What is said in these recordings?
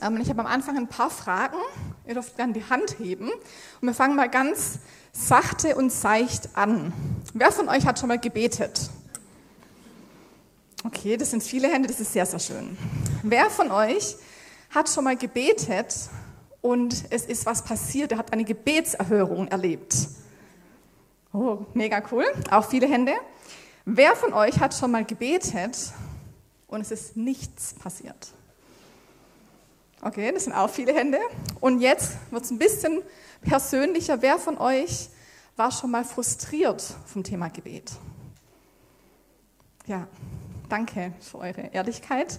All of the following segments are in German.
Ich habe am Anfang ein paar Fragen. Ihr dürft gerne die Hand heben. Und wir fangen mal ganz sachte und seicht an. Wer von euch hat schon mal gebetet? Okay, das sind viele Hände, das ist sehr, sehr schön. Wer von euch hat schon mal gebetet und es ist was passiert? Er hat eine Gebetserhörung erlebt. Oh, mega cool. Auch viele Hände. Wer von euch hat schon mal gebetet und es ist nichts passiert? Okay, das sind auch viele Hände. Und jetzt wird es ein bisschen persönlicher. Wer von euch war schon mal frustriert vom Thema Gebet? Ja, danke für eure Ehrlichkeit.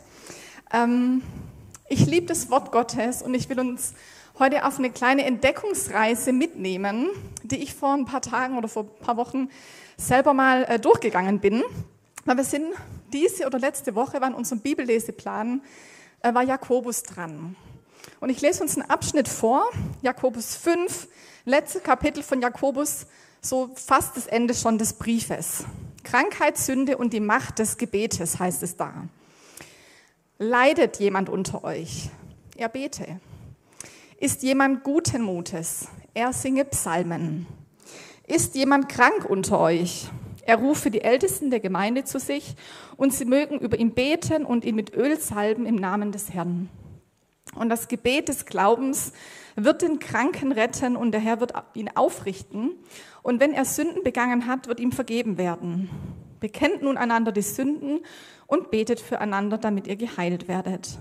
Ich liebe das Wort Gottes und ich will uns heute auf eine kleine Entdeckungsreise mitnehmen, die ich vor ein paar Tagen oder vor ein paar Wochen selber mal durchgegangen bin. Weil wir sind diese oder letzte Woche, war in unserem Bibelleseplan, war Jakobus dran. Und ich lese uns einen Abschnitt vor, Jakobus 5, letztes Kapitel von Jakobus, so fast das Ende schon des Briefes. Krankheit, Sünde und die Macht des Gebetes heißt es da. Leidet jemand unter euch? Er bete. Ist jemand guten Mutes? Er singe Psalmen. Ist jemand krank unter euch? Er rufe die Ältesten der Gemeinde zu sich und sie mögen über ihn beten und ihn mit Öl salben im Namen des Herrn. Und das Gebet des Glaubens wird den Kranken retten und der Herr wird ihn aufrichten. Und wenn er Sünden begangen hat, wird ihm vergeben werden. Bekennt nun einander die Sünden und betet füreinander, damit ihr geheilt werdet.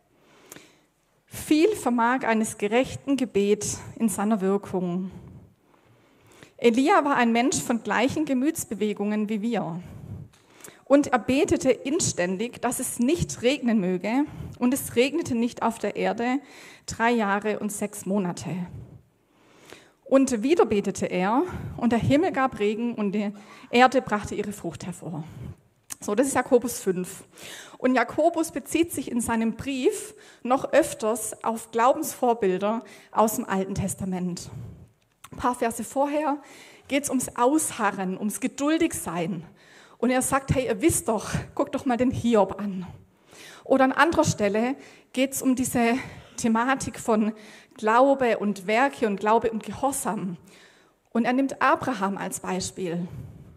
Viel vermag eines gerechten Gebet in seiner Wirkung. Elia war ein Mensch von gleichen Gemütsbewegungen wie wir. Und er betete inständig, dass es nicht regnen möge. Und es regnete nicht auf der Erde 3 Jahre und 6 Monate. Und wieder betete er, und der Himmel gab Regen, und die Erde brachte ihre Frucht hervor. So, das ist Jakobus 5. Und Jakobus bezieht sich in seinem Brief noch öfters auf Glaubensvorbilder aus dem Alten Testament. Ein paar Verse vorher geht es ums Ausharren, ums Geduldigsein. Und er sagt, hey, ihr wisst doch, guckt doch mal den Hiob an. Oder an anderer Stelle geht es um diese Thematik von Glaube und Werke und Glaube und Gehorsam. Und er nimmt Abraham als Beispiel.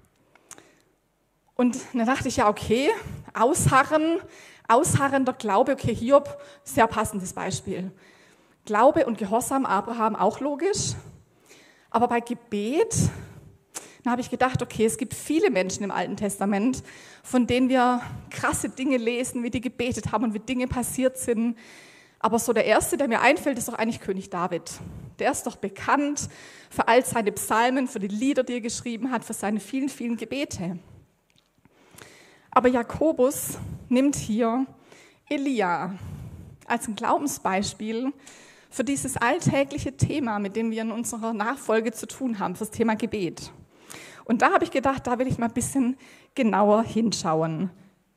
Und dann dachte ich, ja okay, ausharrender Glaube, okay, Hiob, sehr passendes Beispiel. Glaube und Gehorsam, Abraham auch logisch. Aber bei Gebet, da habe ich gedacht, okay, es gibt viele Menschen im Alten Testament, von denen wir krasse Dinge lesen, wie die gebetet haben und wie Dinge passiert sind. Aber so der Erste, der mir einfällt, ist doch eigentlich König David. Der ist doch bekannt für all seine Psalmen, für die Lieder, die er geschrieben hat, für seine vielen, vielen Gebete. Aber Jakobus nimmt hier Elia als ein Glaubensbeispiel für dieses alltägliche Thema, mit dem wir in unserer Nachfolge zu tun haben, für das Thema Gebet. Und da habe ich gedacht, da will ich mal ein bisschen genauer hinschauen.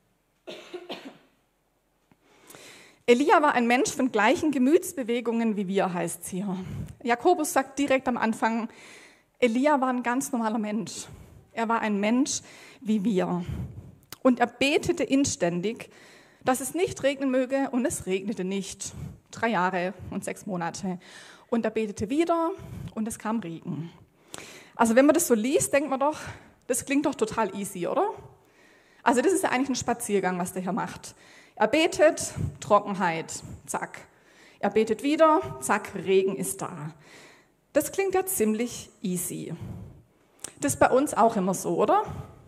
Elia war ein Mensch von gleichen Gemütsbewegungen wie wir, heißt es hier. Jakobus sagt direkt am Anfang, Elia war ein ganz normaler Mensch. Er war ein Mensch wie wir. Und er betete inständig, dass es nicht regnen möge, und es regnete nicht. 3 Jahre und 6 Monate. Und er betete wieder und es kam Regen. Also wenn man das so liest, denkt man doch, das klingt doch total easy, oder? Also das ist ja eigentlich ein Spaziergang, was der hier macht. Er betet, Trockenheit, zack. Er betet wieder, zack, Regen ist da. Das klingt ja ziemlich easy. Das ist bei uns auch immer so, oder?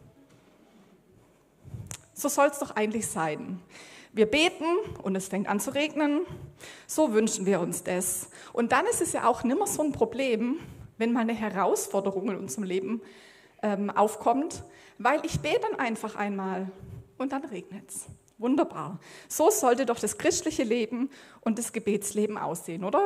So soll es doch eigentlich sein. Wir beten und es fängt an zu regnen. So wünschen wir uns das. Und dann ist es ja auch nimmer so ein Problem, wenn mal eine Herausforderung in unserem Leben aufkommt, weil ich bete dann einfach einmal und dann regnet es. Wunderbar. So sollte doch das christliche Leben und das Gebetsleben aussehen, oder?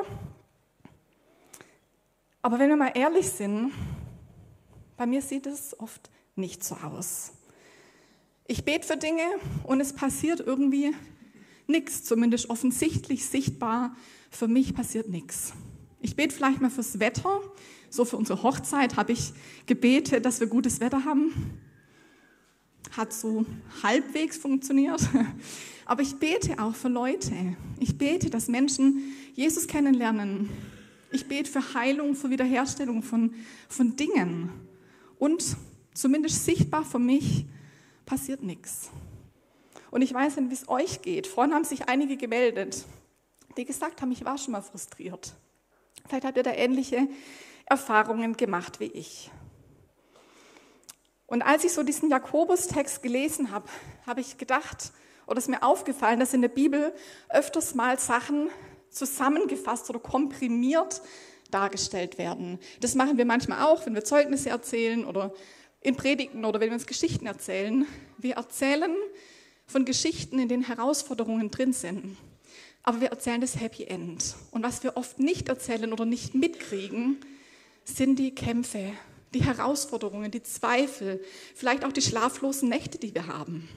Aber wenn wir mal ehrlich sind, bei mir sieht es oft nicht so aus. Ich bete für Dinge und es passiert irgendwie nichts, zumindest offensichtlich sichtbar. Für mich passiert nichts. Ich bete vielleicht mal fürs Wetter. So für unsere Hochzeit habe ich gebetet, dass wir gutes Wetter haben. Hat so halbwegs funktioniert. Aber ich bete auch für Leute. Ich bete, dass Menschen Jesus kennenlernen. Ich bete für Heilung, für Wiederherstellung von Dingen. Und zumindest sichtbar für mich passiert nichts. Und ich weiß nicht, wie es euch geht. Vorhin haben sich einige gemeldet, die gesagt haben, ich war schon mal frustriert. Vielleicht habt ihr da ähnliche Erfahrungen gemacht wie ich. Und als ich so diesen Jakobus-Text gelesen habe, habe ich gedacht, oder ist mir aufgefallen, dass in der Bibel öfters mal Sachen zusammengefasst oder komprimiert dargestellt werden. Das machen wir manchmal auch, wenn wir Zeugnisse erzählen oder in Predigten oder wenn wir uns Geschichten erzählen. Wir erzählen von Geschichten, in denen Herausforderungen drin sind. Aber wir erzählen das Happy End. Und was wir oft nicht erzählen oder nicht mitkriegen, sind die Kämpfe, die Herausforderungen, die Zweifel, vielleicht auch die schlaflosen Nächte, die wir haben.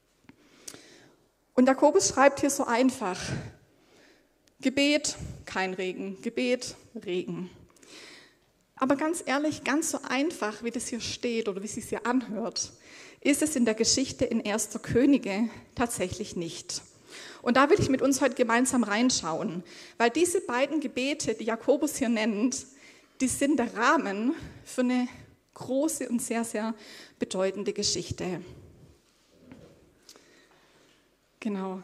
Und Jakobus schreibt hier so einfach: Gebet, kein Regen, Gebet, Regen. Aber ganz ehrlich, ganz so einfach, wie das hier steht oder wie es sich hier anhört, ist es in der Geschichte in 1. Könige tatsächlich nicht. Und da will ich mit uns heute gemeinsam reinschauen, weil diese beiden Gebete, die Jakobus hier nennt, die sind der Rahmen für eine große und sehr, sehr bedeutende Geschichte. Genau.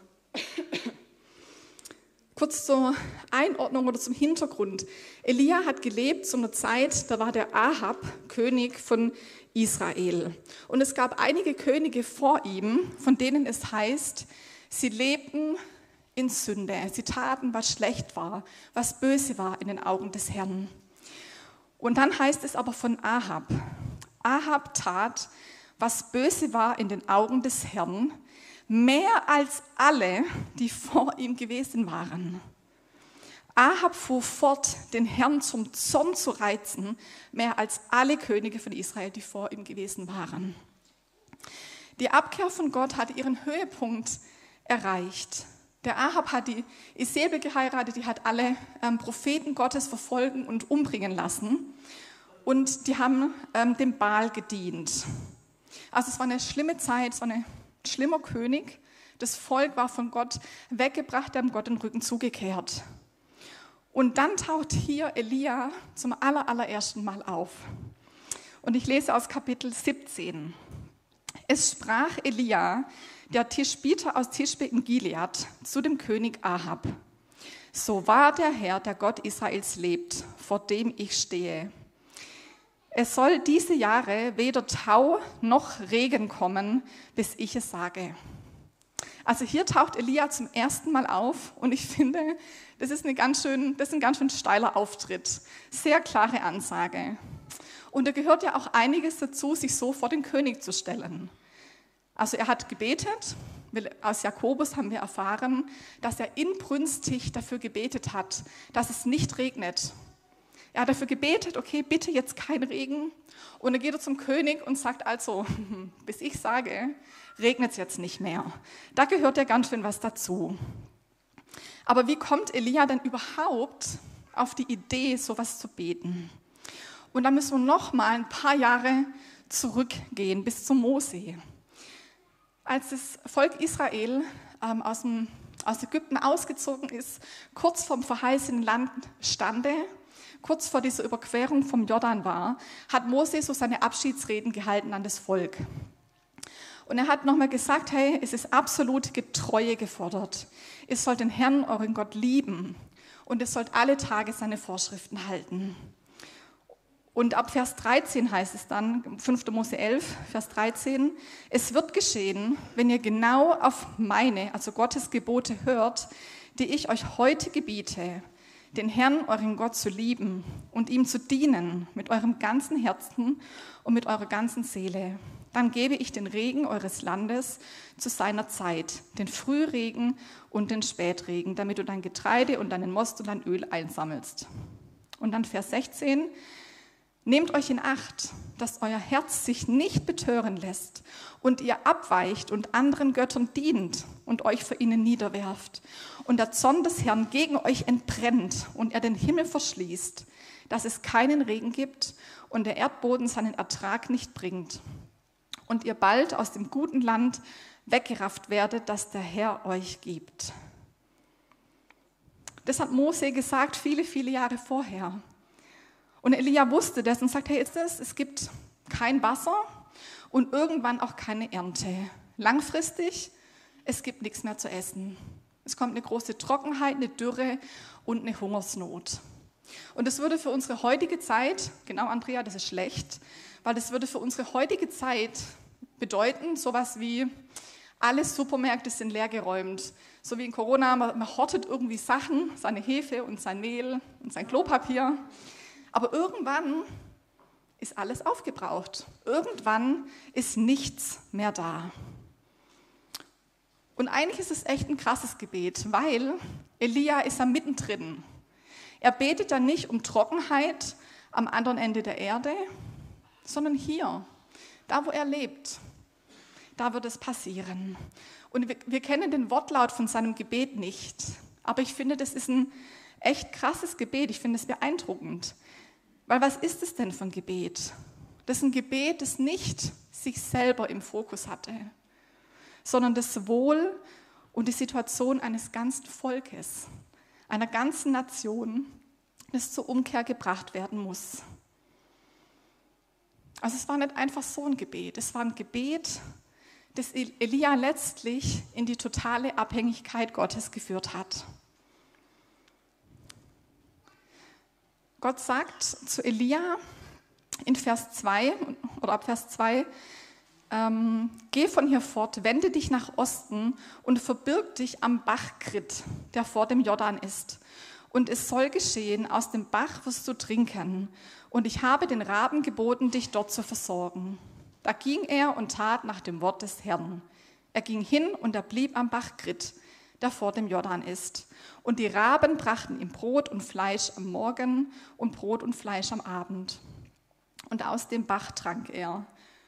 Kurz zur Einordnung oder zum Hintergrund. Elia hat gelebt zu einer Zeit, da war der Ahab König von Israel. Und es gab einige Könige vor ihm, von denen es heißt, sie lebten in Sünde. Sie taten, was schlecht war, was böse war in den Augen des Herrn. Und dann heißt es aber von Ahab. Ahab tat, was böse war in den Augen des Herrn, mehr als alle, die vor ihm gewesen waren. Ahab fuhr fort, den Herrn zum Zorn zu reizen, mehr als alle Könige von Israel, die vor ihm gewesen waren. Die Abkehr von Gott hatte ihren Höhepunkt erreicht. Der Ahab hat die Isebel geheiratet, die hat alle Propheten Gottes verfolgen und umbringen lassen. Und die haben dem Baal gedient. Also es war eine schlimme Zeit, es war ein schlimmer König. Das Volk war von Gott weggebracht, die haben Gott den Rücken zugekehrt. Und dann taucht hier Elia zum allerersten Mal auf. Und ich lese aus Kapitel 17. Es sprach Elia, der Tischbiter aus Tischbe in Gilead, zu dem König Ahab: So wahr der Herr, der Gott Israels lebt, vor dem ich stehe. Es soll diese Jahre weder Tau noch Regen kommen, bis ich es sage. Also hier taucht Elia zum ersten Mal auf und ich finde, das ist ein ganz schön steiler Auftritt. Sehr klare Ansage. Und da gehört ja auch einiges dazu, sich so vor den König zu stellen. Also er hat gebetet, aus Jakobus haben wir erfahren, dass er inbrünstig dafür gebetet hat, dass es nicht regnet. Er hat dafür gebetet, okay, bitte jetzt kein Regen. Und dann geht er zum König und sagt also, bis ich sage, regnet es jetzt nicht mehr. Da gehört ja ganz schön was dazu. Aber wie kommt Elia denn überhaupt auf die Idee, sowas zu beten? Und da müssen wir noch mal ein paar Jahre zurückgehen, bis zu Mose. Als das Volk Israel aus Ägypten ausgezogen ist, kurz vorm verheißenen Land stande, kurz vor dieser Überquerung vom Jordan war, hat Mose so seine Abschiedsreden gehalten an das Volk. Und er hat nochmal gesagt, hey, es ist absolute Treue gefordert. Ihr sollt den Herrn, euren Gott, lieben und ihr sollt alle Tage seine Vorschriften halten. Und ab Vers 13 heißt es dann, 5. Mose 11, Vers 13, es wird geschehen, wenn ihr genau auf meine, also Gottes Gebote hört, die ich euch heute gebiete, den Herrn, euren Gott, zu lieben und ihm zu dienen mit eurem ganzen Herzen und mit eurer ganzen Seele. Dann gebe ich den Regen eures Landes zu seiner Zeit, den Frühregen und den Spätregen, damit du dein Getreide und deinen Most und dein Öl einsammelst. Und dann Vers 16, nehmt euch in Acht, dass euer Herz sich nicht betören lässt und ihr abweicht und anderen Göttern dient und euch vor ihnen niederwerft und der Zorn des Herrn gegen euch entbrennt und er den Himmel verschließt, dass es keinen Regen gibt und der Erdboden seinen Ertrag nicht bringt und ihr bald aus dem guten Land weggerafft werdet, das der Herr euch gibt. Das hat Mose gesagt, viele, viele Jahre vorher. Und Elia wusste das und sagt, hey, es gibt kein Wasser und irgendwann auch keine Ernte. Langfristig, es gibt nichts mehr zu essen. Es kommt eine große Trockenheit, eine Dürre und eine Hungersnot. Und das würde für unsere heutige Zeit, genau Andrea, das ist schlecht, weil das würde für unsere heutige Zeit bedeuten, sowas wie, alle Supermärkte sind leergeräumt. So wie in Corona, man hortet irgendwie Sachen, seine Hefe und sein Mehl und sein Klopapier. Aber irgendwann ist alles aufgebraucht. Irgendwann ist nichts mehr da. Und eigentlich ist es echt ein krasses Gebet, weil Elia ist da mittendrin. Er betet dann nicht um Trockenheit am anderen Ende der Erde, sondern hier, da wo er lebt, da wird es passieren. Und wir kennen den Wortlaut von seinem Gebet nicht, aber ich finde, das ist ein echt krasses Gebet, ich finde es beeindruckend. Weil was ist es denn für ein Gebet? Das ist ein Gebet, das nicht sich selber im Fokus hatte, sondern das Wohl und die Situation eines ganzen Volkes, einer ganzen Nation, das zur Umkehr gebracht werden muss. Also es war nicht einfach so ein Gebet, es war ein Gebet, das Elia letztlich in die totale Abhängigkeit Gottes geführt hat. Gott sagt zu Elia in Vers 2 oder ab Vers 2, geh von hier fort, wende dich nach Osten und verbirg dich am Bach Krit, der vor dem Jordan ist. Und es soll geschehen, aus dem Bach wirst du trinken. Und ich habe den Raben geboten, dich dort zu versorgen. Da ging er und tat nach dem Wort des Herrn. Er ging hin und er blieb am Bach Krit, der vor dem Jordan ist. Und die Raben brachten ihm Brot und Fleisch am Morgen und Brot und Fleisch am Abend. Und aus dem Bach trank er.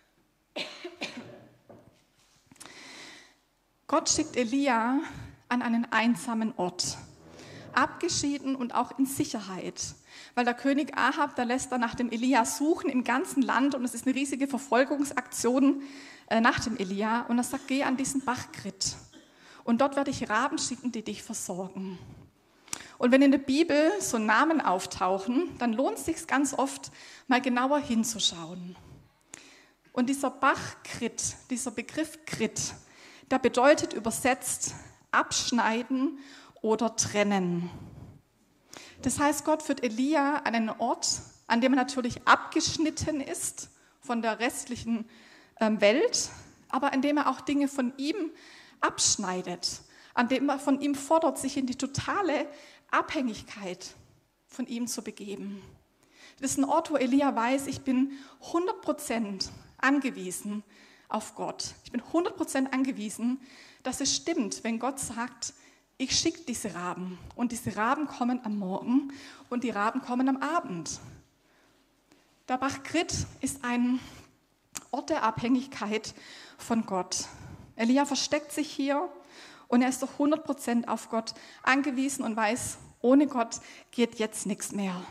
Gott schickt Elia an einen einsamen Ort, abgeschieden und auch in Sicherheit. Weil der König Ahab, der lässt dann nach dem Elia suchen im ganzen Land und es ist eine riesige Verfolgungsaktion nach dem Elia. Und er sagt, geh an diesen Bach Krit und dort werde ich Raben schicken, die dich versorgen. Und wenn in der Bibel so Namen auftauchen, dann lohnt es sich ganz oft, mal genauer hinzuschauen. Und dieser Bach Krit, dieser Begriff Krit, der bedeutet übersetzt abschneiden oder trennen. Das heißt, Gott führt Elia an einen Ort, an dem er natürlich abgeschnitten ist von der restlichen Welt, aber an dem er auch Dinge von ihm abschneidet, an dem er von ihm fordert, sich in die totale Abhängigkeit von ihm zu begeben. Das ist ein Ort, wo Elia weiß, ich bin 100% angewiesen auf Gott. Ich bin 100% angewiesen, dass es stimmt, wenn Gott sagt, ich schicke diese Raben und diese Raben kommen am Morgen und die Raben kommen am Abend. Der Bach Krit ist ein Ort der Abhängigkeit von Gott. Elia versteckt sich hier und er ist doch 100% auf Gott angewiesen und weiß, ohne Gott geht jetzt nichts mehr.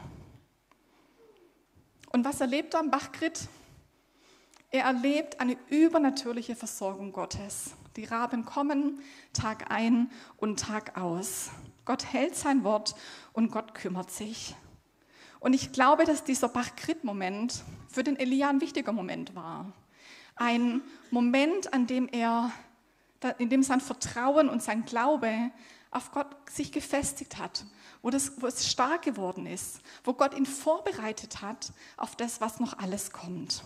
Und was erlebt er am Bach Krit? Er erlebt eine übernatürliche Versorgung Gottes. Die Raben kommen Tag ein und Tag aus. Gott hält sein Wort und Gott kümmert sich. Und ich glaube, dass dieser Bach Krit-Moment für den Elia ein wichtiger Moment war. Ein Moment, in dem sein Vertrauen und sein Glaube auf Gott sich gefestigt hat, wo es stark geworden ist, wo Gott ihn vorbereitet hat auf das, was noch alles kommt.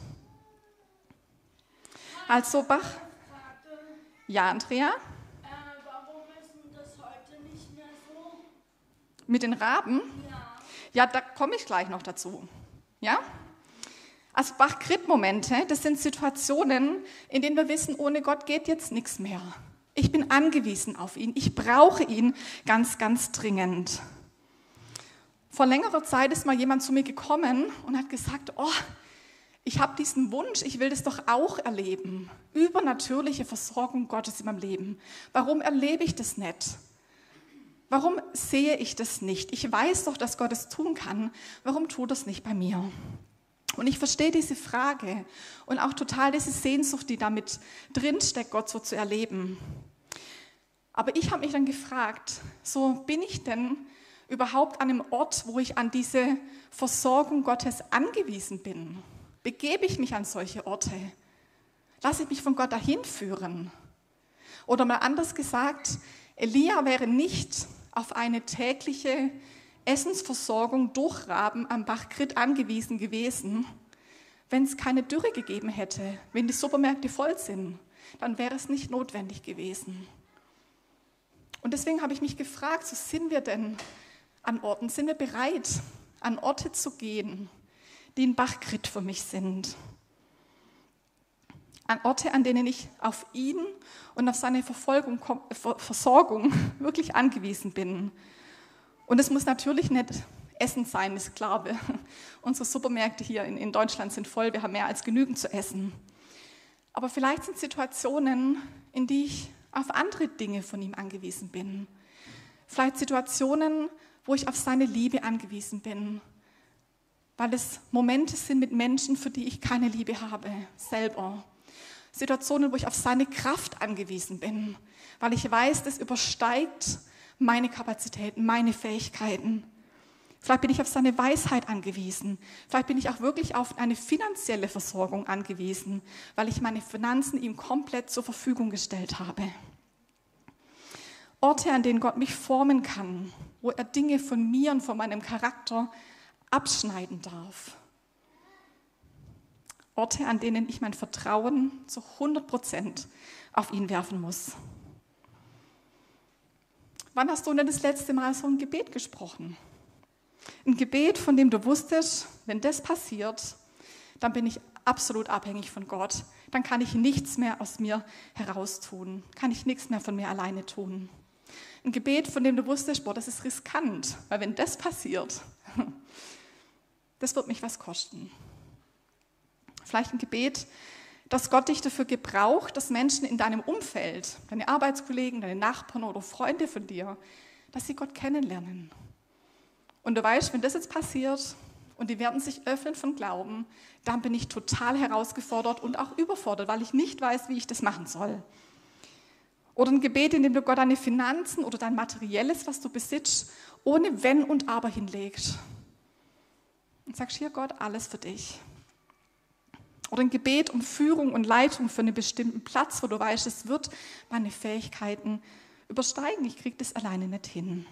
Also Bach. Ja, Andrea? Warum ist denn das heute nicht mehr so? Mit den Raben? Ja. Ja, da komme ich gleich noch dazu. Ja? Also Bach Krit-Momente, das sind Situationen, in denen wir wissen, ohne Gott geht jetzt nichts mehr. Ich bin angewiesen auf ihn. Ich brauche ihn ganz, ganz dringend. Vor längerer Zeit ist mal jemand zu mir gekommen und hat gesagt, oh, ich habe diesen Wunsch, ich will das doch auch erleben. Übernatürliche Versorgung Gottes in meinem Leben. Warum erlebe ich das nicht? Warum sehe ich das nicht? Ich weiß doch, dass Gott es tun kann. Warum tut es nicht bei mir? Und ich verstehe diese Frage und auch total diese Sehnsucht, die damit drinsteckt, Gott so zu erleben. Aber ich habe mich dann gefragt, so bin ich denn überhaupt an einem Ort, wo ich an diese Versorgung Gottes angewiesen bin? Begebe ich mich an solche Orte? Lasse ich mich von Gott dahin führen? Oder mal anders gesagt, Elia wäre nicht auf eine tägliche Essensversorgung durch Raben am Bach Krit angewiesen gewesen, wenn es keine Dürre gegeben hätte, wenn die Supermärkte voll sind, dann wäre es nicht notwendig gewesen. Und deswegen habe ich mich gefragt, so sind wir denn an Orten, sind wir bereit, an Orte zu gehen, die ein Bach Krit für mich sind? An Orte, an denen ich auf ihn und auf seine Versorgung wirklich angewiesen bin. Und es muss natürlich nicht Essen sein, ist klar. Unsere Supermärkte hier in Deutschland sind voll, wir haben mehr als genügend zu essen. Aber vielleicht sind Situationen, in die ich auf andere Dinge von ihm angewiesen bin. Vielleicht Situationen, wo ich auf seine Liebe angewiesen bin, weil es Momente sind mit Menschen, für die ich keine Liebe habe, selber. Situationen, wo ich auf seine Kraft angewiesen bin, weil ich weiß, das übersteigt meine Kapazitäten, meine Fähigkeiten. Vielleicht bin ich auf seine Weisheit angewiesen. Vielleicht bin ich auch wirklich auf eine finanzielle Versorgung angewiesen, weil ich meine Finanzen ihm komplett zur Verfügung gestellt habe. Orte, an denen Gott mich formen kann, wo er Dinge von mir und von meinem Charakter abschneiden darf. Orte, an denen ich mein Vertrauen zu 100% auf ihn werfen muss. Wann hast du denn das letzte Mal so ein Gebet gesprochen? Ein Gebet, von dem du wusstest, wenn das passiert, dann bin ich absolut abhängig von Gott. Dann kann ich nichts mehr aus mir heraus tun, kann ich nichts mehr von mir alleine tun. Ein Gebet, von dem du wusstest, boah, das ist riskant, weil wenn das passiert, das wird mich was kosten. Vielleicht ein Gebet, dass Gott dich dafür gebraucht, dass Menschen in deinem Umfeld, deine Arbeitskollegen, deine Nachbarn oder Freunde von dir, dass sie Gott kennenlernen. Und du weißt, wenn das jetzt passiert und die werden sich öffnen von Glauben, dann bin ich total herausgefordert und auch überfordert, weil ich nicht weiß, wie ich das machen soll. Oder ein Gebet, in dem du Gott deine Finanzen oder dein Materielles, was du besitzt, ohne Wenn und Aber hinlegst. Und sagst, hier Gott, alles für dich. Oder ein Gebet um Führung und Leitung für einen bestimmten Platz, wo du weißt, es wird meine Fähigkeiten übersteigen. Ich kriege das alleine nicht hin.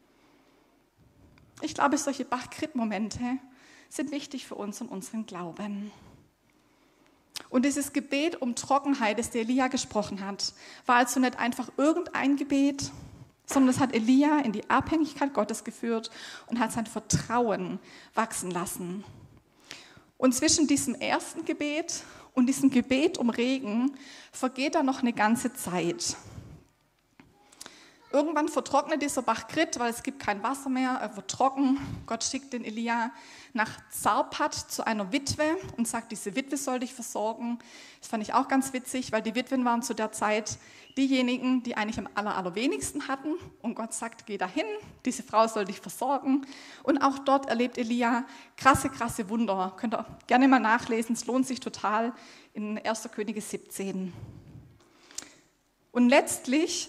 Ich glaube, solche Bach-Krit-Momente sind wichtig für uns und unseren Glauben. Und dieses Gebet um Trockenheit, das der Elia gesprochen hat, war also nicht einfach irgendein Gebet, sondern es hat Elia in die Abhängigkeit Gottes geführt und hat sein Vertrauen wachsen lassen. Und zwischen diesem ersten Gebet und diesem Gebet um Regen vergeht dann noch eine ganze Zeit. Irgendwann vertrocknet dieser Bach Krit, weil es gibt kein Wasser mehr, er wird trocken. Gott schickt den Elia nach Zarpat zu einer Witwe und sagt, diese Witwe soll dich versorgen. Das fand ich auch ganz witzig, weil die Witwen waren zu der Zeit diejenigen, die eigentlich am allerwenigsten hatten. Und Gott sagt, geh dahin, diese Frau soll dich versorgen. Und auch dort erlebt Elia krasse Wunder. Könnt ihr gerne mal nachlesen, es lohnt sich total in 1. Könige 17. Und letztlich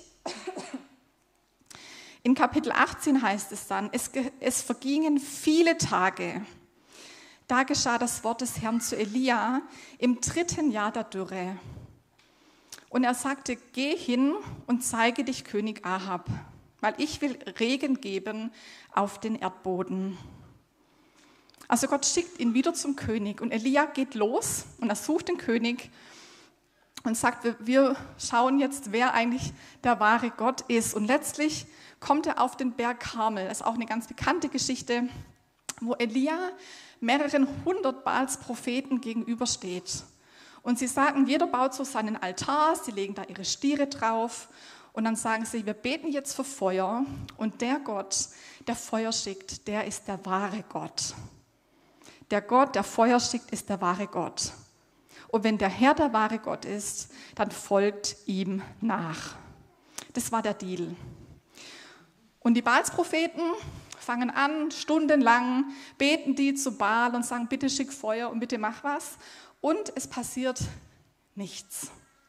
in Kapitel 18 heißt es dann, es vergingen viele Tage. Da geschah das Wort des Herrn zu Elia im 3. Jahr der Dürre. Und er sagte, geh hin und zeige dich König Ahab, weil ich will Regen geben auf den Erdboden. Also Gott schickt ihn wieder zum König und Elia geht los und er sucht den König und sagt, wir schauen jetzt, wer eigentlich der wahre Gott ist. Und letztlich kommt er auf den Berg Karmel. Das ist auch eine ganz bekannte Geschichte, wo Elia mehreren 100 Baals Propheten gegenübersteht. Und sie sagen, jeder baut so seinen Altar, sie legen da ihre Stiere drauf und dann sagen sie, wir beten jetzt für Feuer und der Gott, der Feuer schickt, der ist der wahre Gott. Der Gott, der Feuer schickt, ist der wahre Gott. Und wenn der Herr der wahre Gott ist, dann folgt ihm nach. Das war der Deal. Und die Baalspropheten fangen an, stundenlang beten die zu Baal und sagen, bitte schick Feuer und bitte mach was. Und es passiert nichts.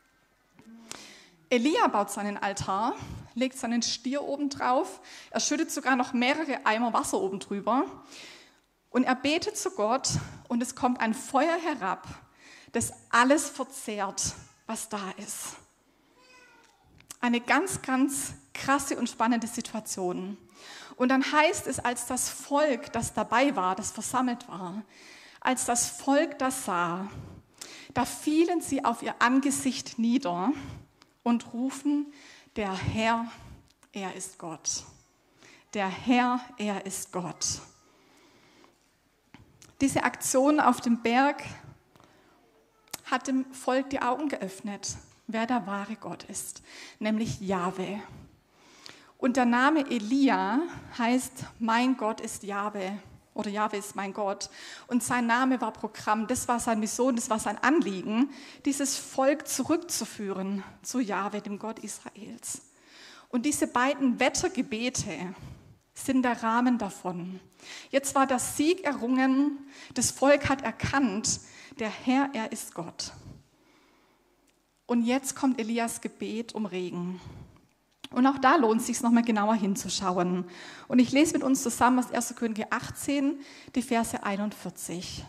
Elia baut seinen Altar, legt seinen Stier oben drauf, er schüttet sogar noch mehrere Eimer Wasser oben drüber und er betet zu Gott und es kommt ein Feuer herab, das alles verzehrt, was da ist. Eine ganz, ganz krasse und spannende Situation. Und dann heißt es, als das Volk, das dabei war, das versammelt war, als das Volk das sah, da fielen sie auf ihr Angesicht nieder und rufen, der Herr, er ist Gott. Der Herr, er ist Gott. Diese Aktion auf dem Berg hat dem Volk die Augen geöffnet, wer der wahre Gott ist, nämlich Jahwe. Und der Name Elia heißt, mein Gott ist Jahwe oder Jahwe ist mein Gott. Und sein Name war Programm, das war seine Mission, das war sein Anliegen, dieses Volk zurückzuführen zu Jahwe, dem Gott Israels. Und diese beiden Wettergebete sind der Rahmen davon. Jetzt war der Sieg errungen, das Volk hat erkannt, der Herr, er ist Gott. Und jetzt kommt Elias Gebet um Regen. Und auch da lohnt es sich, nochmal genauer hinzuschauen. Und ich lese mit uns zusammen aus 1. Könige 18, die Verse 41.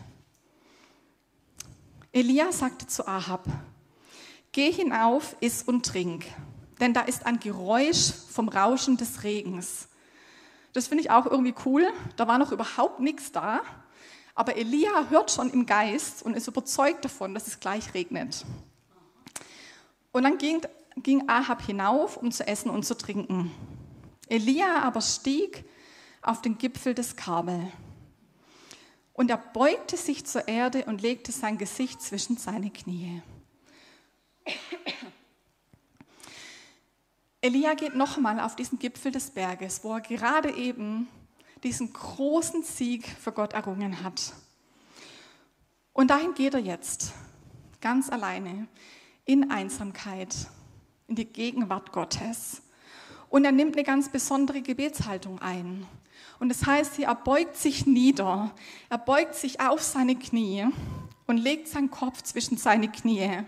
Elia sagte zu Ahab, geh hinauf, iss und trink, denn da ist ein Geräusch vom Rauschen des Regens. Das finde ich auch irgendwie cool, da war noch überhaupt nichts da, aber Elia hört schon im Geist und ist überzeugt davon, dass es gleich regnet. Und dann ging Ahab hinauf, um zu essen und zu trinken. Elia aber stieg auf den Gipfel des Karmel. Und er beugte sich zur Erde und legte sein Gesicht zwischen seine Knie. Elia geht nochmal auf diesen Gipfel des Berges, wo er gerade eben diesen großen Sieg für Gott errungen hat. Und dahin geht er jetzt, ganz alleine, in Einsamkeit, in die Gegenwart Gottes. Und er nimmt eine ganz besondere Gebetshaltung ein. Und das heißt hier, er beugt sich nieder, er beugt sich auf seine Knie und legt seinen Kopf zwischen seine Knie.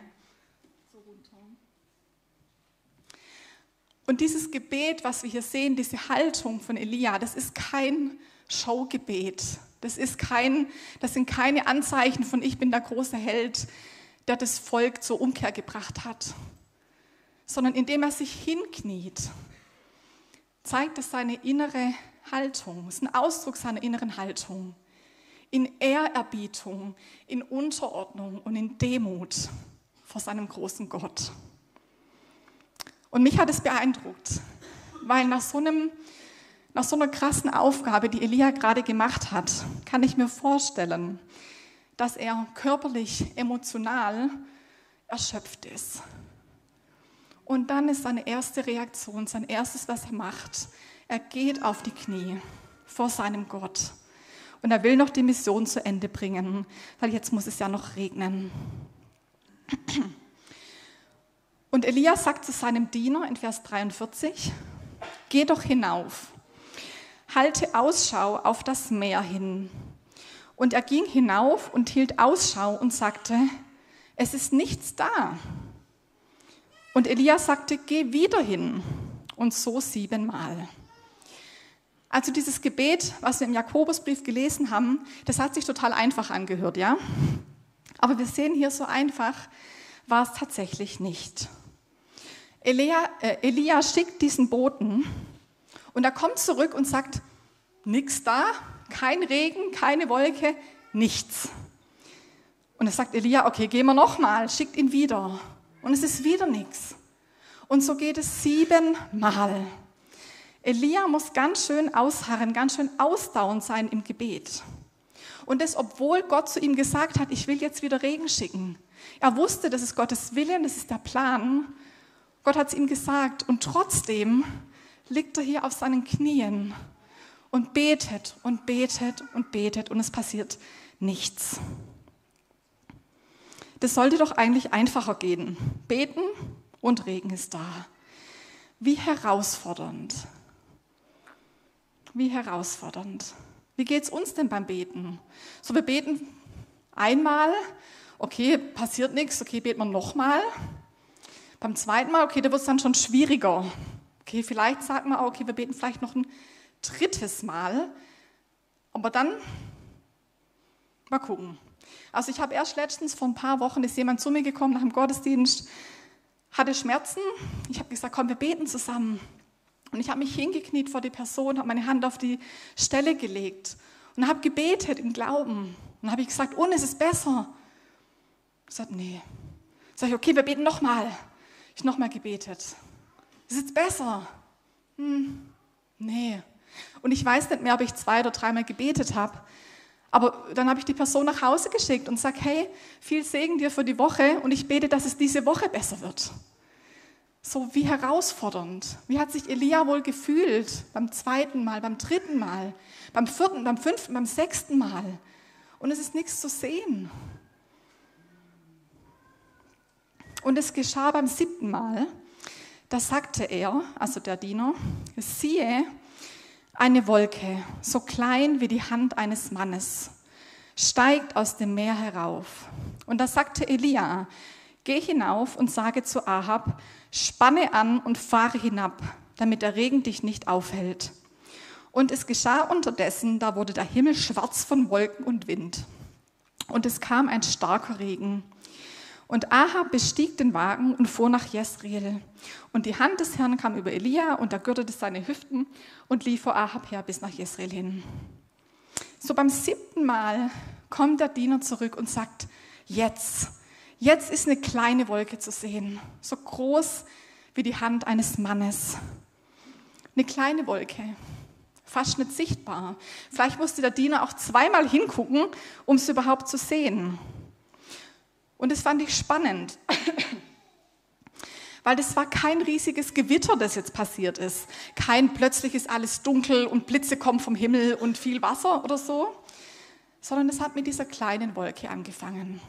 Und dieses Gebet, was wir hier sehen, diese Haltung von Elia, das ist kein Showgebet. Das sind keine Anzeichen von ich bin der große Held, der das Volk zur Umkehr gebracht hat. Sondern indem er sich hinkniet, zeigt es seine innere Haltung. Es ist ein Ausdruck seiner inneren Haltung. In Ehrerbietung, in Unterordnung und in Demut vor seinem großen Gott. Und mich hat es beeindruckt, weil nach so einer krassen Aufgabe, die Elia gerade gemacht hat, kann ich mir vorstellen, dass er körperlich, emotional erschöpft ist. Und dann ist seine erste Reaktion, sein erstes, was er macht, er geht auf die Knie vor seinem Gott. Und er will noch die Mission zu Ende bringen, weil jetzt muss es ja noch regnen. Und Elia sagt zu seinem Diener in Vers 43, geh doch hinauf, halte Ausschau auf das Meer hin. Und er ging hinauf und hielt Ausschau und sagte, es ist nichts da. Und Elia sagte, geh wieder hin. Und so 7-mal. Also dieses Gebet, was wir im Jakobusbrief gelesen haben, das hat sich total einfach angehört, ja? Aber wir sehen hier, so einfach war es tatsächlich nicht. Elia schickt diesen Boten und er kommt zurück und sagt, nichts da, kein Regen, keine Wolke, nichts. Und er sagt Elia, okay, gehen wir nochmal, schickt ihn wieder. Und es ist wieder nichts. Und so geht es 7-mal. Elia muss ganz schön ausharren, ganz schön ausdauernd sein im Gebet. Und das, obwohl Gott zu ihm gesagt hat, ich will jetzt wieder Regen schicken. Er wusste, das ist Gottes Wille, das ist der Plan. Gott hat es ihm gesagt. Und trotzdem liegt er hier auf seinen Knien und betet und betet und betet und es passiert nichts. Das sollte doch eigentlich einfacher gehen. Beten und Regen ist da. Wie herausfordernd. Wie herausfordernd. Wie geht es uns denn beim Beten? So, wir beten einmal, okay, passiert nichts, okay, beten wir nochmal. Beim zweiten Mal, okay, da wird es dann schon schwieriger. Okay, vielleicht sagen wir auch, okay, wir beten vielleicht noch ein drittes Mal. Aber dann, mal gucken. Also ich habe erst letztens vor ein paar Wochen, ist jemand zu mir gekommen nach dem Gottesdienst, hatte Schmerzen. Ich habe gesagt, komm, wir beten zusammen. Und ich habe mich hingekniet vor die Person, habe meine Hand auf die Stelle gelegt und habe gebetet im Glauben. Und dann habe ich gesagt, und es ist besser. Ich sagte, nee. Sag ich, okay, wir beten nochmal. Ich nochmal gebetet. Ist jetzt besser? Nee. Und ich weiß nicht mehr, ob ich 2 oder 3 Mal gebetet habe. Aber dann habe ich die Person nach Hause geschickt und sage, hey, viel Segen dir für die Woche und ich bete, dass es diese Woche besser wird. So wie herausfordernd. Wie hat sich Elia wohl gefühlt beim 2. Mal, beim 3. Mal, beim 4., beim 5., beim 6. Mal? Und es ist nichts zu sehen. Und es geschah beim 7. Mal, da sagte er, also der Diener, siehe, eine Wolke, so klein wie die Hand eines Mannes, steigt aus dem Meer herauf. Und da sagte Elia, geh hinauf und sage zu Ahab, spanne an und fahre hinab, damit der Regen dich nicht aufhält. Und es geschah unterdessen, da wurde der Himmel schwarz von Wolken und Wind. Und es kam ein starker Regen. Und Ahab bestieg den Wagen und fuhr nach Jesreel. Und die Hand des Herrn kam über Elia und er gürtete seine Hüften und lief vor Ahab her bis nach Jesreel hin. So beim 7. Mal kommt der Diener zurück und sagt, jetzt ist eine kleine Wolke zu sehen, so groß wie die Hand eines Mannes. Eine kleine Wolke, fast nicht sichtbar. Vielleicht musste der Diener auch 2-mal hingucken, um es überhaupt zu sehen. Und das fand ich spannend, weil das war kein riesiges Gewitter, das jetzt passiert ist. Kein plötzlich ist alles dunkel und Blitze kommen vom Himmel und viel Wasser oder so, sondern es hat mit dieser kleinen Wolke angefangen.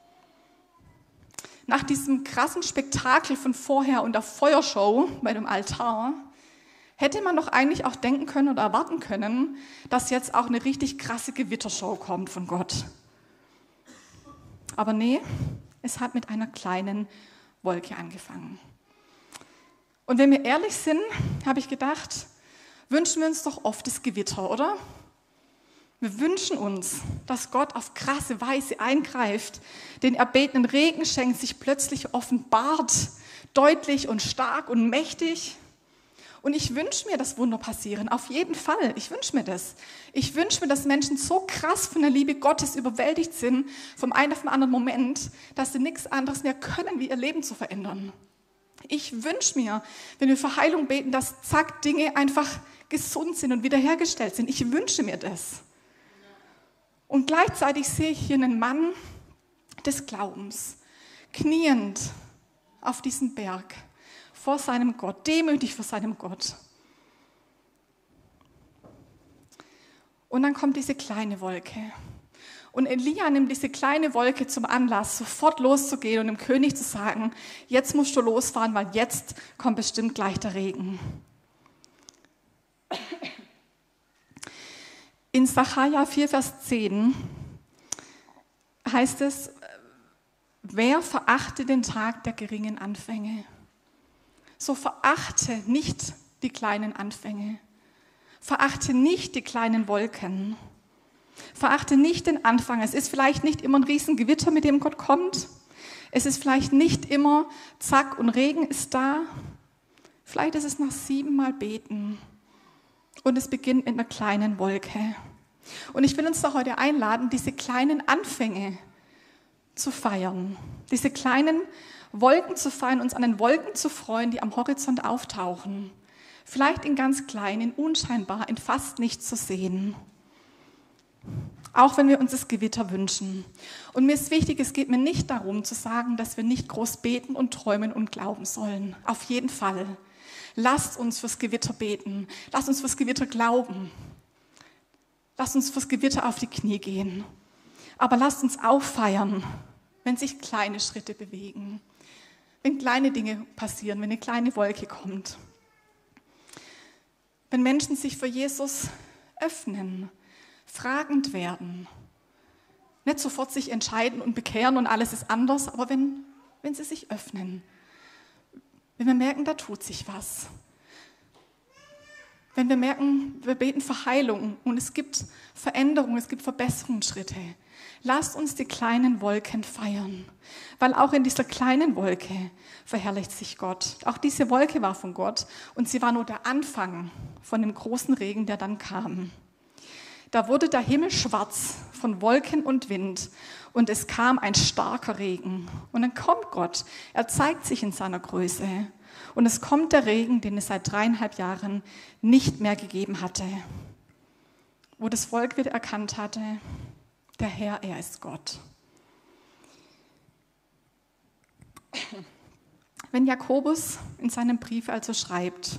Nach diesem krassen Spektakel von vorher und der Feuershow bei dem Altar hätte man doch eigentlich auch denken können oder erwarten können, dass jetzt auch eine richtig krasse Gewittershow kommt von Gott. Aber nee, es hat mit einer kleinen Wolke angefangen. Und wenn wir ehrlich sind, habe ich gedacht, wünschen wir uns doch oft das Gewitter, oder? Wir wünschen uns, dass Gott auf krasse Weise eingreift, den erbetenen Regen schenkt, sich plötzlich offenbart, deutlich und stark und mächtig. Und ich wünsche mir, dass Wunder passieren, auf jeden Fall. Ich wünsche mir das. Ich wünsche mir, dass Menschen so krass von der Liebe Gottes überwältigt sind, vom einen auf den anderen Moment, dass sie nichts anderes mehr können, wie ihr Leben zu verändern. Ich wünsche mir, wenn wir für Heilung beten, dass zack, Dinge einfach gesund sind und wiederhergestellt sind. Ich wünsche mir das. Und gleichzeitig sehe ich hier einen Mann des Glaubens, kniend auf diesem Berg, vor seinem Gott, demütig vor seinem Gott. Und dann kommt diese kleine Wolke. Und Elia nimmt diese kleine Wolke zum Anlass, sofort loszugehen und dem König zu sagen, jetzt musst du losfahren, weil jetzt kommt bestimmt gleich der Regen. In Sacharja 4, Vers 10 heißt es, wer verachte den Tag der geringen Anfänge? So verachte nicht die kleinen Anfänge. Verachte nicht die kleinen Wolken. Verachte nicht den Anfang. Es ist vielleicht nicht immer ein Riesengewitter, mit dem Gott kommt. Es ist vielleicht nicht immer zack und Regen ist da. Vielleicht ist es nach 7 Mal beten. Und es beginnt mit einer kleinen Wolke. Und ich will uns da heute einladen, diese kleinen Anfänge zu feiern. Diese kleinen Wolken zu feiern, uns an den Wolken zu freuen, die am Horizont auftauchen. Vielleicht in ganz klein, in unscheinbar, in fast nichts zu sehen. Auch wenn wir uns das Gewitter wünschen. Und mir ist wichtig, es geht mir nicht darum zu sagen, dass wir nicht groß beten und träumen und glauben sollen. Auf jeden Fall. Lasst uns fürs Gewitter beten. Lasst uns fürs Gewitter glauben. Lasst uns fürs Gewitter auf die Knie gehen. Aber lasst uns auch feiern, wenn sich kleine Schritte bewegen. Wenn kleine Dinge passieren, wenn eine kleine Wolke kommt. Wenn Menschen sich für Jesus öffnen, fragend werden, nicht sofort sich entscheiden und bekehren und alles ist anders, aber wenn sie sich öffnen, wenn wir merken, da tut sich was. Wenn wir merken, wir beten für Heilung und es gibt Veränderungen, es gibt Verbesserungsschritte, lasst uns die kleinen Wolken feiern, weil auch in dieser kleinen Wolke verherrlicht sich Gott. Auch diese Wolke war von Gott und sie war nur der Anfang von dem großen Regen, der dann kam. Da wurde der Himmel schwarz von Wolken und Wind und es kam ein starker Regen. Und dann kommt Gott, er zeigt sich in seiner Größe. Und es kommt der Regen, den es seit 3,5 Jahren nicht mehr gegeben hatte. Wo das Volk wieder erkannt hatte, der Herr, er ist Gott. Wenn Jakobus in seinem Brief also schreibt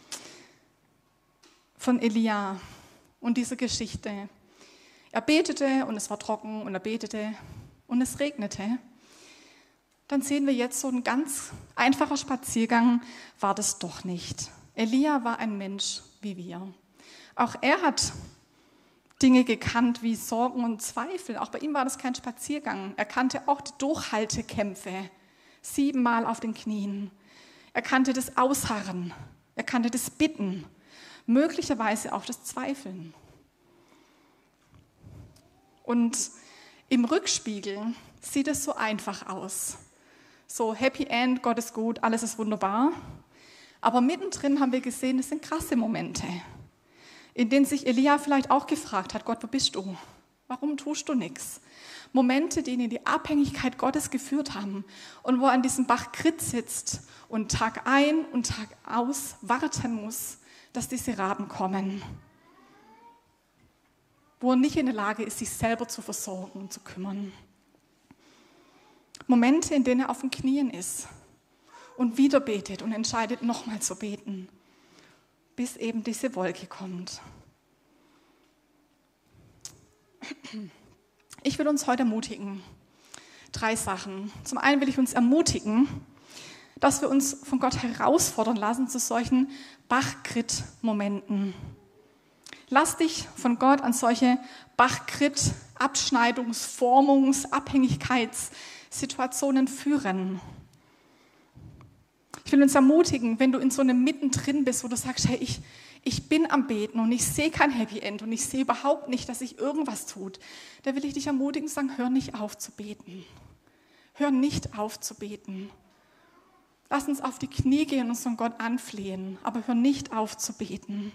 von Elia und diese Geschichte, er betete und es war trocken und er betete und es regnete, dann sehen wir jetzt so ein ganz einfacher Spaziergang war das doch nicht. Elia war ein Mensch wie wir. Auch er hat Dinge gekannt wie Sorgen und Zweifel. Auch bei ihm war das kein Spaziergang. Er kannte auch die Durchhaltekämpfe, 7-mal auf den Knien. Er kannte das Ausharren, er kannte das Bitten, möglicherweise auch das Zweifeln. Und im Rückspiegel sieht es so einfach aus. So Happy End, Gott ist gut, alles ist wunderbar. Aber mittendrin haben wir gesehen, es sind krasse Momente, in denen sich Elia vielleicht auch gefragt hat, Gott, wo bist du? Warum tust du nichts? Momente, die ihn in die Abhängigkeit Gottes geführt haben und wo er an diesem Bach Krit sitzt und Tag ein und Tag aus warten muss, dass diese Raben kommen. Wo er nicht in der Lage ist, sich selber zu versorgen und zu kümmern. Momente, in denen er auf den Knien ist und wieder betet und entscheidet, nochmal zu beten, bis eben diese Wolke kommt. Ich will uns heute ermutigen, 3 Sachen. Zum einen will ich uns ermutigen, dass wir uns von Gott herausfordern lassen zu solchen Bach-Krit-Momenten. Lass dich von Gott an solche Bach-Krit-, Abschneidungs-, Formungs-, Abhängigkeitssituationen führen. Ich will uns ermutigen, wenn du in so einem Mittendrin bist, wo du sagst, hey, ich bin am Beten und ich sehe kein Happy End und ich sehe überhaupt nicht, dass sich irgendwas tut, da will ich dich ermutigen und sagen, hör nicht auf zu beten. Hör nicht auf zu beten. Lass uns auf die Knie gehen und uns von Gott anflehen, aber hör nicht auf zu beten.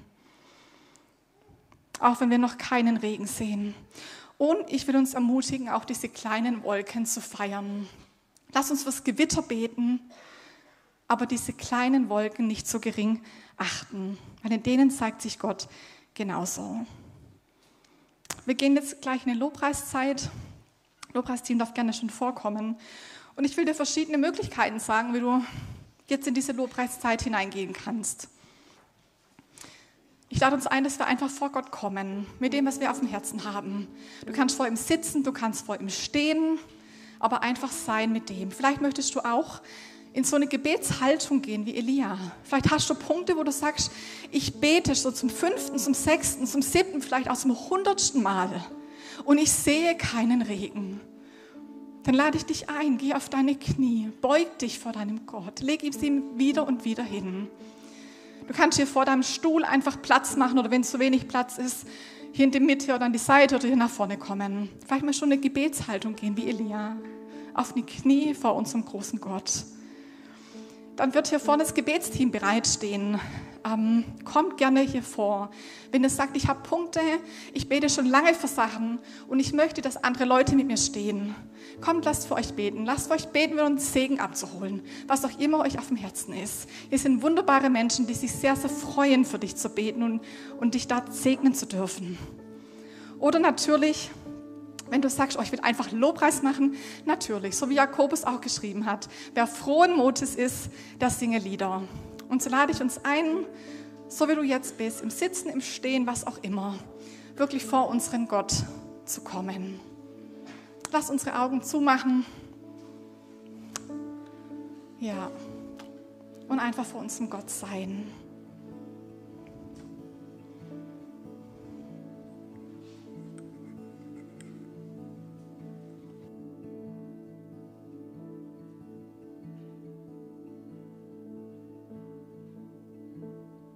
Auch wenn wir noch keinen Regen sehen. Und ich will uns ermutigen, auch diese kleinen Wolken zu feiern. Lass uns fürs Gewitter beten, aber diese kleinen Wolken nicht so gering achten, weil in denen zeigt sich Gott genauso. Wir gehen jetzt gleich in die Lobpreiszeit. Lobpreisteam darf gerne schon vorkommen. Und ich will dir verschiedene Möglichkeiten sagen, wie du jetzt in diese Lobpreiszeit hineingehen kannst. Ich lade uns ein, dass wir einfach vor Gott kommen, mit dem, was wir auf dem Herzen haben. Du kannst vor ihm sitzen, du kannst vor ihm stehen, aber einfach sein mit dem. Vielleicht möchtest du auch in so eine Gebetshaltung gehen wie Elia. Vielleicht hast du Punkte, wo du sagst, ich bete so zum 5., zum 6., zum 7., vielleicht auch zum 100. Mal und ich sehe keinen Regen. Dann lade ich dich ein, geh auf deine Knie, beug dich vor deinem Gott, leg ihm wieder und wieder hin. Du kannst hier vor deinem Stuhl einfach Platz machen oder wenn es zu wenig Platz ist, hier in die Mitte oder an die Seite oder hier nach vorne kommen. Vielleicht mal schon eine Gebetshaltung gehen wie Elia. Auf die Knie vor unserem großen Gott. Dann wird hier vorne das Gebetsteam bereitstehen. Kommt gerne hier vor. Wenn ihr sagt, ich habe Punkte, ich bete schon lange für Sachen und ich möchte, dass andere Leute mit mir stehen. Kommt, lasst für euch beten. Lasst für euch beten, uns Segen abzuholen, was auch immer euch auf dem Herzen ist. Ihr sind wunderbare Menschen, die sich sehr, sehr freuen, für dich zu beten und dich da segnen zu dürfen. Oder natürlich, wenn du sagst, oh, ich will einfach Lobpreis machen, natürlich, so wie Jakobus auch geschrieben hat, wer frohen Mutes ist, der singe Lieder. Und so lade ich uns ein, so wie du jetzt bist, im Sitzen, im Stehen, was auch immer, wirklich vor unseren Gott zu kommen. Lass unsere Augen zumachen. Ja. Und einfach vor unserem Gott sein.